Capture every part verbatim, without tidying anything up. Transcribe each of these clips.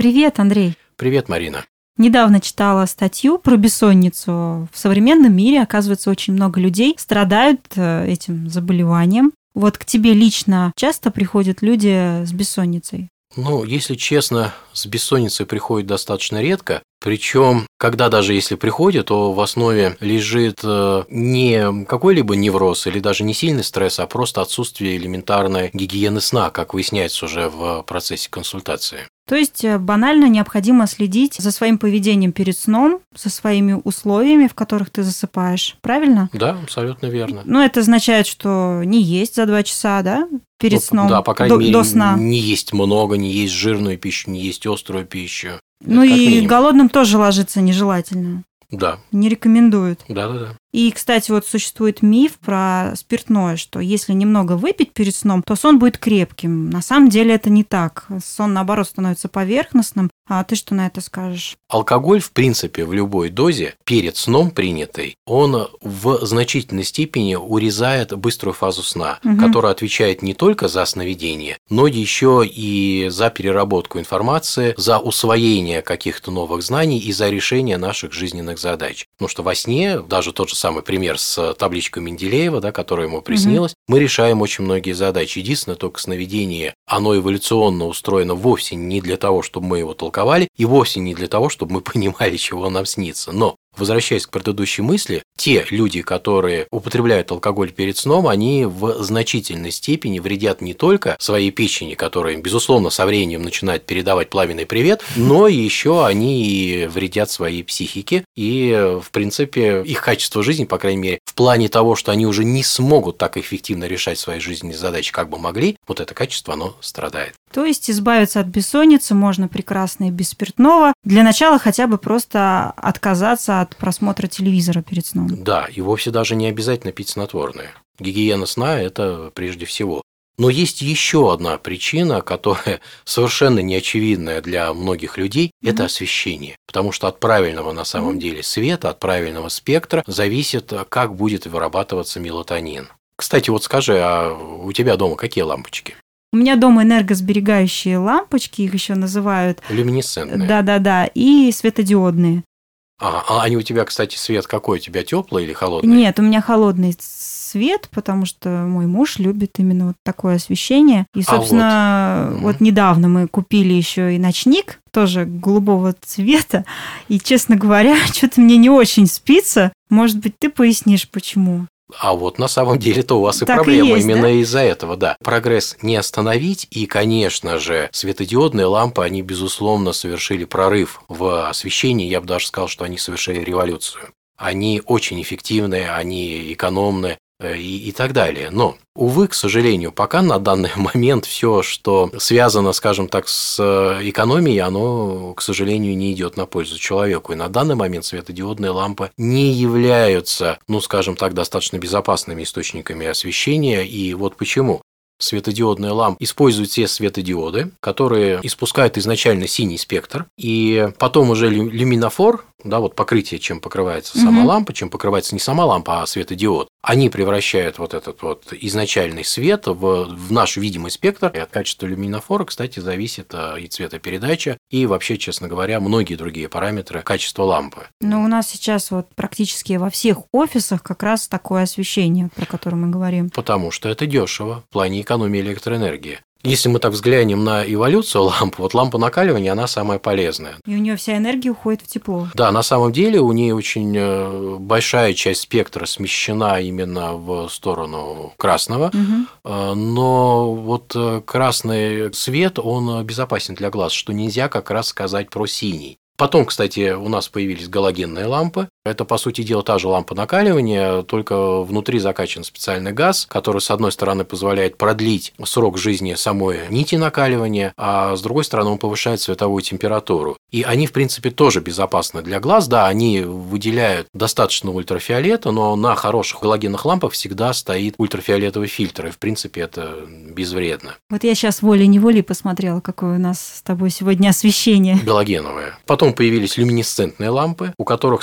Привет, Андрей. Привет, Марина. Недавно читала статью про бессонницу. В современном мире, оказывается, очень много людей страдают этим заболеванием. Вот к тебе лично часто приходят люди с бессонницей? Ну, если честно, с бессонницей приходят достаточно редко. Причем, когда даже если приходят, то в основе лежит не какой-либо невроз или даже не сильный стресс, а просто отсутствие элементарной гигиены сна, как выясняется уже в процессе консультации. То есть банально необходимо следить за своим поведением перед сном, за своими условиями, в которых ты засыпаешь, правильно? Да, абсолютно верно. Ну, это означает, что не есть за два часа, да, перед ну, сном, да, по крайней до, мере, до сна. Не есть много, не есть жирную пищу, не есть острую пищу. Ну это и минимум. Голодным тоже ложиться нежелательно. Да. Не рекомендуют. Да-да-да. И, кстати, вот существует миф про спиртное, что если немного выпить перед сном, то сон будет крепким. На самом деле это не так. Сон, наоборот, становится поверхностным. А ты что на это скажешь? Алкоголь, в принципе, в любой дозе, перед сном принятый, он в значительной степени урезает быструю фазу сна, угу. которая отвечает не только за сновидение, но еще и за переработку информации, за усвоение каких-то новых знаний и за решение наших жизненных задач. Потому что во сне, даже тот же самый пример с табличкой Менделеева, да, которая ему приснилась, угу. мы решаем очень многие задачи. Единственное, только сновидение, оно эволюционно устроено вовсе не для того, чтобы мы его толковали, и вовсе не для того, чтобы мы понимали, чего нам снится. Но, возвращаясь к предыдущей мысли, те люди, которые употребляют алкоголь перед сном, они в значительной степени вредят не только своей печени, которая, безусловно, со временем начинает передавать пламенный привет, но еще они и вредят своей психике и, в принципе, их качество жизни, по крайней мере, в плане того, что они уже не смогут так эффективно решать свои жизненные задачи, как бы могли, вот это качество, оно страдает. То есть избавиться от бессонницы можно прекрасно и без спиртного. Для начала хотя бы просто отказаться от просмотра телевизора перед сном. Да, и вовсе даже не обязательно пить снотворное. Гигиена сна – это прежде всего. Но есть еще одна причина, которая совершенно неочевидная для многих людей – это mm-hmm. освещение. Потому что от правильного на самом mm-hmm. деле света, от правильного спектра зависит, как будет вырабатываться мелатонин. Кстати, вот скажи, а у тебя дома какие лампочки? У меня дома энергосберегающие лампочки, их еще называют. Люминесцентные. Да-да-да, и светодиодные. А, а они у тебя, кстати, свет какой? У тебя теплый или холодный? Нет, у меня холодный свет, потому что мой муж любит именно вот такое освещение. И, собственно, а вот. вот недавно мы купили еще и ночник, тоже голубого цвета. И, честно говоря, что-то мне не очень спится. Может быть, ты пояснишь, почему? А вот на самом деле-то у вас и так проблема и есть, именно да? из-за этого, да. Прогресс не остановить, и, конечно же, светодиодные лампы, они, безусловно, совершили прорыв в освещении, я бы даже сказал, что они совершили революцию. Они очень эффективны, они экономны и, и так далее. Но, увы, к сожалению, пока на данный момент все, что связано, скажем так, с экономией, оно, к сожалению, не идет на пользу человеку. И на данный момент светодиодные лампы не являются, ну, скажем так, достаточно безопасными источниками освещения. И вот почему. Светодиодные лампы используют те светодиоды, которые испускают изначально синий спектр, и потом уже люминофор, да, вот покрытие, чем покрывается сама угу. лампа, чем покрывается не сама лампа, а светодиод, они превращают вот этот вот изначальный свет в, в наш видимый спектр. И от качества люминофора, кстати, зависит и цветопередача, и вообще, честно говоря, многие другие параметры качества лампы. Но у нас сейчас вот практически во всех офисах как раз такое освещение, про которое мы говорим. Потому что это дешево в плане экономии электроэнергии. Если мы так взглянем на эволюцию ламп, вот лампа накаливания, она самая полезная. И у нее вся энергия уходит в тепло. Да, на самом деле у нее очень большая часть спектра смещена именно в сторону красного, угу. но вот красный свет, он безопасен для глаз, что нельзя как раз сказать про синий. Потом, кстати, у нас появились галогенные лампы. Это, по сути дела, та же лампа накаливания, только внутри закачан специальный газ, который, с одной стороны, позволяет продлить срок жизни самой нити накаливания, а с другой стороны, он повышает световую температуру. И они, в принципе, тоже безопасны для глаз. Да, они выделяют достаточно ультрафиолета, но на хороших галогенных лампах всегда стоит ультрафиолетовый фильтр, и, в принципе, это безвредно. Вот я сейчас волей-неволей посмотрела, какое у нас с тобой сегодня освещение. Галогеновое. Потом появились люминесцентные лампы, у которых, кстати, очень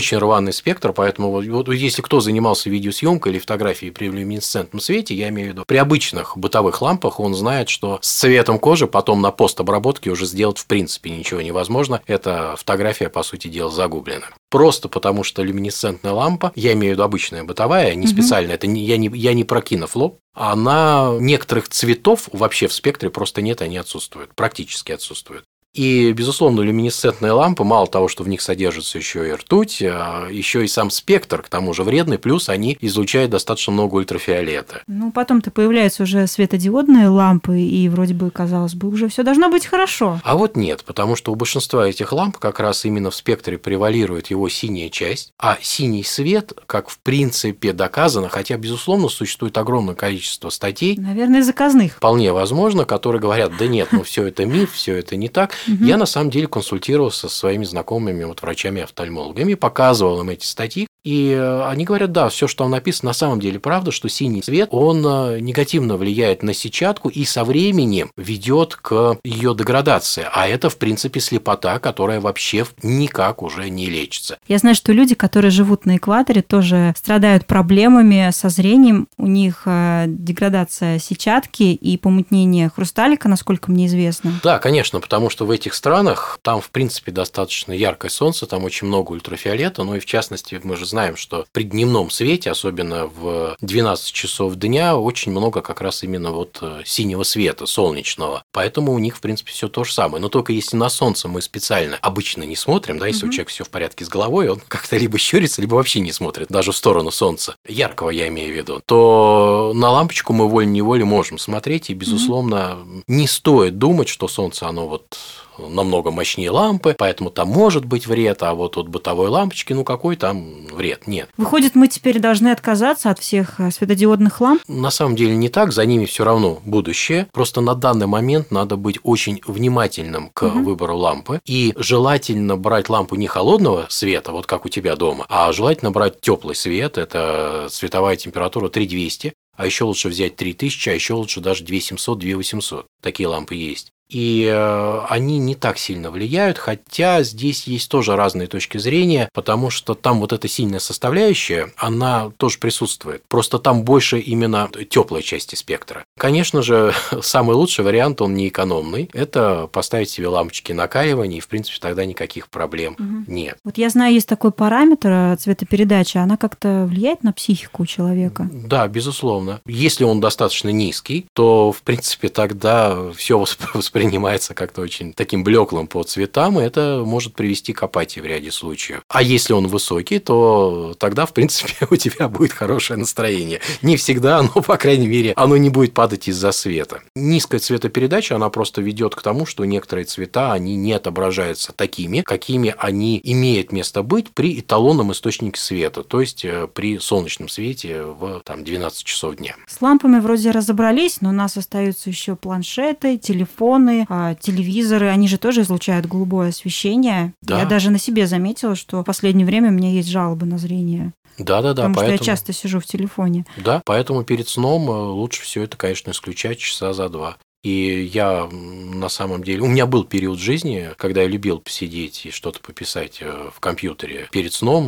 очень рваный спектр, поэтому вот, вот если кто занимался видеосъемкой или фотографией при люминесцентном свете, я имею в виду, при обычных бытовых лампах он знает, что с цветом кожи потом на постобработке уже сделать в принципе ничего невозможно. Эта фотография, по сути дела, загублена. Просто потому, что люминесцентная лампа, я имею в виду обычная бытовая, не специальная, это не, я, не, я не про кинофлоп, она некоторых цветов вообще в спектре просто нет, они отсутствуют, практически отсутствуют. И, безусловно, люминесцентные лампы, мало того, что в них содержится еще и ртуть, еще и сам спектр, к тому же вредный, плюс они излучают достаточно много ультрафиолета. Ну, потом-то появляются уже светодиодные лампы, и вроде бы, казалось бы, уже все должно быть хорошо. А вот нет, потому что у большинства этих ламп как раз именно в спектре превалирует его синяя часть, а синий свет, как в принципе доказано, хотя, безусловно, существует огромное количество статей, наверное, заказных, вполне возможно, которые говорят, да нет, ну все это миф, все это не так. Угу. Я на самом деле консультировался со своими знакомыми вот, врачами-офтальмологами, показывал им эти статьи, и они говорят, да, все, что там написано, на самом деле правда, что синий цвет, он негативно влияет на сетчатку и со временем ведет к ее деградации, а это, в принципе, слепота, которая вообще никак уже не лечится. Я знаю, что люди, которые живут на экваторе, тоже страдают проблемами со зрением, у них деградация сетчатки и помутнение хрусталика, насколько мне известно. Да, конечно, потому что в этих странах там, в принципе, достаточно яркое солнце, там очень много ультрафиолета, ну и в частности, мы же знаем, что при дневном свете, особенно в двенадцать часов дня, очень много как раз именно вот синего света, солнечного. Поэтому у них, в принципе, все то же самое. Но только если на солнце мы специально обычно не смотрим, да, если угу. у человека все в порядке с головой, он как-то либо щурится, либо вообще не смотрит, даже в сторону солнца, яркого я имею в виду, то на лампочку мы волей-неволей можем смотреть, и, безусловно, угу. не стоит думать, что солнце, оно вот намного мощнее лампы, поэтому там может быть вред, а вот от бытовой лампочки, ну какой там вред? Нет. Выходит, мы теперь должны отказаться от всех светодиодных ламп? На самом деле не так, за ними все равно будущее, просто на данный момент надо быть очень внимательным к угу. выбору лампы, и желательно брать лампу не холодного света, вот как у тебя дома, а желательно брать теплый свет, это цветовая температура три тысячи двести, а еще лучше взять три тысячи, а еще лучше даже две тысячи семьсот, две тысячи восемьсот. Такие лампы есть. И э, они не так сильно влияют, хотя здесь есть тоже разные точки зрения, потому что там вот эта сильная составляющая, она тоже присутствует. Просто там больше именно теплой части спектра. Конечно же, самый лучший вариант, он не экономный, это поставить себе лампочки накаливания, и, в принципе, тогда никаких проблем угу. нет. Вот я знаю, есть такой параметр цветопередачи, она как-то влияет на психику человека? Да, безусловно. Если он достаточно низкий, то, в принципе, тогда все воспринимается воспринимается как-то очень таким блеклым по цветам, и это может привести к апатии в ряде случаев. А если он высокий, то тогда, в принципе, у тебя будет хорошее настроение. Не всегда, но, по крайней мере, оно не будет падать из-за света. Низкая цветопередача, она просто ведет к тому, что некоторые цвета, они не отображаются такими, какими они имеют место быть при эталонном источнике света, то есть при солнечном свете в там, двенадцать часов дня. С лампами вроде разобрались, но у нас остаются еще планшеты, телефоны, телевизоры, они же тоже излучают голубое освещение. Да. Я даже на себе заметила, что в последнее время у меня есть жалобы на зрение. Да, да, да. Потому поэтому... что я часто сижу в телефоне. Да, поэтому перед сном лучше все это, конечно, исключать часа за два. И я на самом деле... У меня был период жизни, когда я любил посидеть и что-то пописать в компьютере перед сном,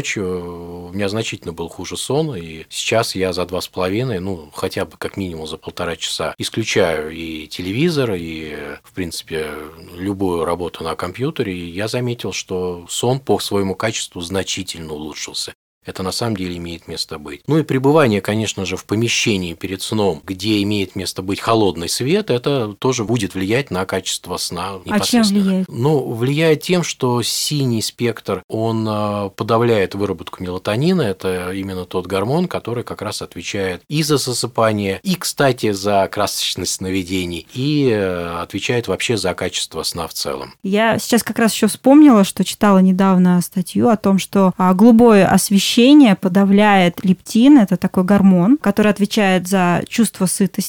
ночью. У меня значительно был хуже сон, и сейчас я за два с половиной, ну, хотя бы как минимум за полтора часа исключаю и телевизор, и, в принципе, любую работу на компьютере. И я заметил, что сон по своему качеству значительно улучшился. Это на самом деле имеет место быть. Ну и пребывание, конечно же, в помещении перед сном, где имеет место быть холодный свет, это тоже будет влиять на качество сна непосредственно. А чем влияет? Ну, влияет тем, что синий спектр, он подавляет выработку мелатонина. Это именно тот гормон, который как раз отвечает и за засыпание, и, кстати, за красочность сновидений, и отвечает вообще за качество сна в целом. Я сейчас как раз еще вспомнила, что читала недавно статью о том, что голубое освещение подавляет лептин, это такой гормон, который отвечает за чувство сытости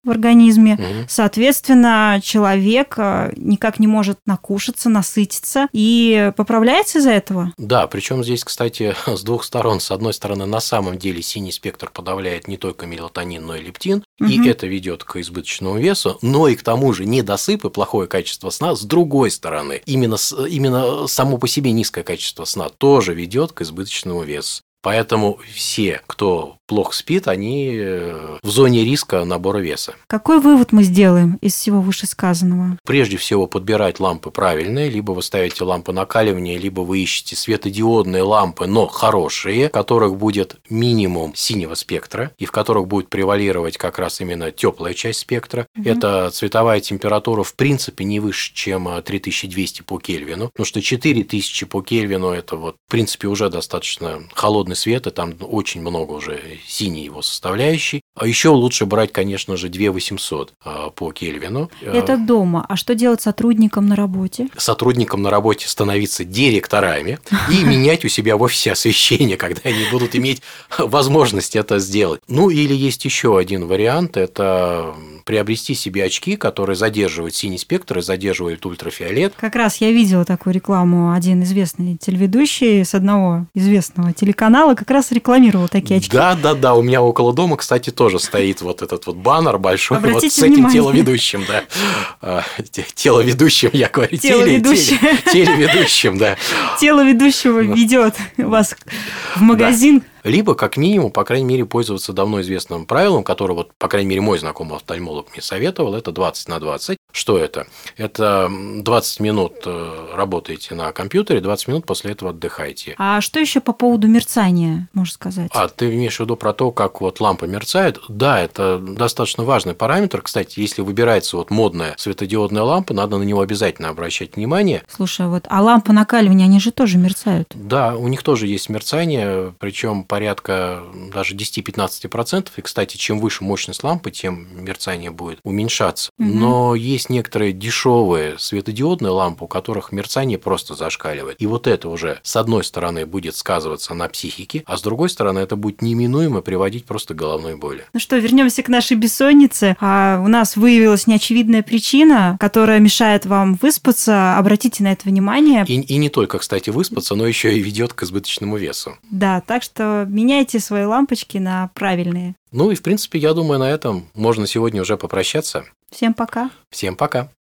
в организме. Угу. Соответственно, человек никак не может накушаться, насытиться и поправляется из-за этого. Да, причем здесь, кстати, с двух сторон. С одной стороны, на самом деле синий спектр подавляет не только мелатонин, но и лептин, угу. и это ведет к избыточному весу, но и к тому же недосып и плохое качество сна с другой стороны. Именно, именно само по себе низкое качество сна тоже ведет к избыточному весу. Поэтому все, кто плохо спит, они в зоне риска набора веса. Какой вывод мы сделаем из всего вышесказанного? Прежде всего, подбирать лампы правильные. Либо вы ставите лампы накаливания, либо вы ищете светодиодные лампы, но хорошие, в которых будет минимум синего спектра, и в которых будет превалировать как раз именно теплая часть спектра. Угу. Это цветовая температура в принципе не выше, чем три тысячи двести по Кельвину, потому что четыре тысячи по Кельвину – это вот, в принципе, уже достаточно холодный свет, и там очень много уже синей его составляющей. А еще лучше брать, конечно же, две тысячи восемьсот по Кельвину. Это дома. А что делать сотрудникам на работе? Сотрудникам на работе становиться директорами и менять у себя в офисе освещение, когда они будут иметь возможность это сделать. Ну, или есть еще один вариант – это приобрести себе очки, которые задерживают синий спектр и задерживают ультрафиолет. Как раз я видела такую рекламу. Один известный телеведущий с одного известного телеканала как раз рекламировал такие очки. Да, да, да. У меня около дома, кстати, тоже стоит вот этот вот баннер большой вот с этим внимание. телеведущим, да. Телеведущим, я говорю, телеведущим, телеведущим, да. Тело ведущего ведет вас в магазин. Либо, как минимум, по крайней мере, пользоваться давно известным правилом, которое, вот, по крайней мере, мой знакомый офтальмолог мне советовал, это двадцать на двадцать. Что это? Это двадцать минут работаете на компьютере, двадцать минут после этого отдыхаете. А что еще по поводу мерцания, можно сказать? А, ты имеешь в виду про то, как вот лампа мерцает? Да, это достаточно важный параметр. Кстати, если выбирается вот модная светодиодная лампа, надо на него обязательно обращать внимание. Слушай, вот, а лампы накаливания, они же тоже мерцают? Да, у них тоже есть мерцание, причем порядка даже десять-пятнадцать процентов. И, кстати, чем выше мощность лампы, тем мерцание будет уменьшаться. Угу. Но есть некоторые дешевые светодиодные лампы, у которых мерцание просто зашкаливает. И вот это уже, с одной стороны, будет сказываться на психике, а с другой стороны, это будет неминуемо приводить просто к головной боли. Ну что, вернемся к нашей бессоннице. А у нас выявилась неочевидная причина, которая мешает вам выспаться. Обратите на это внимание. И, и не только, кстати, выспаться, но еще и ведет к избыточному весу. Да, так что меняйте свои лампочки на правильные. Ну и, в принципе, я думаю, на этом можно сегодня уже попрощаться. Всем пока. Всем пока.